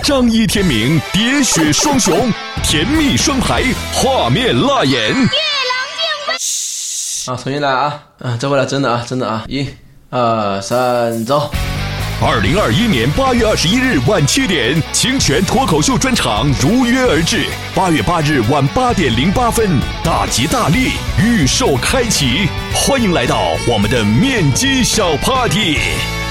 张一天明喋血双雄，甜蜜双排，画面辣眼。 夜郎重新来啊！这回来真的啊！1、2、3，走。 2021年8月21日晚7点，清泉脱口秀专场如约而至。8月8日晚8点08分，大吉大利，预售开启，欢迎来到我们的面基小 party。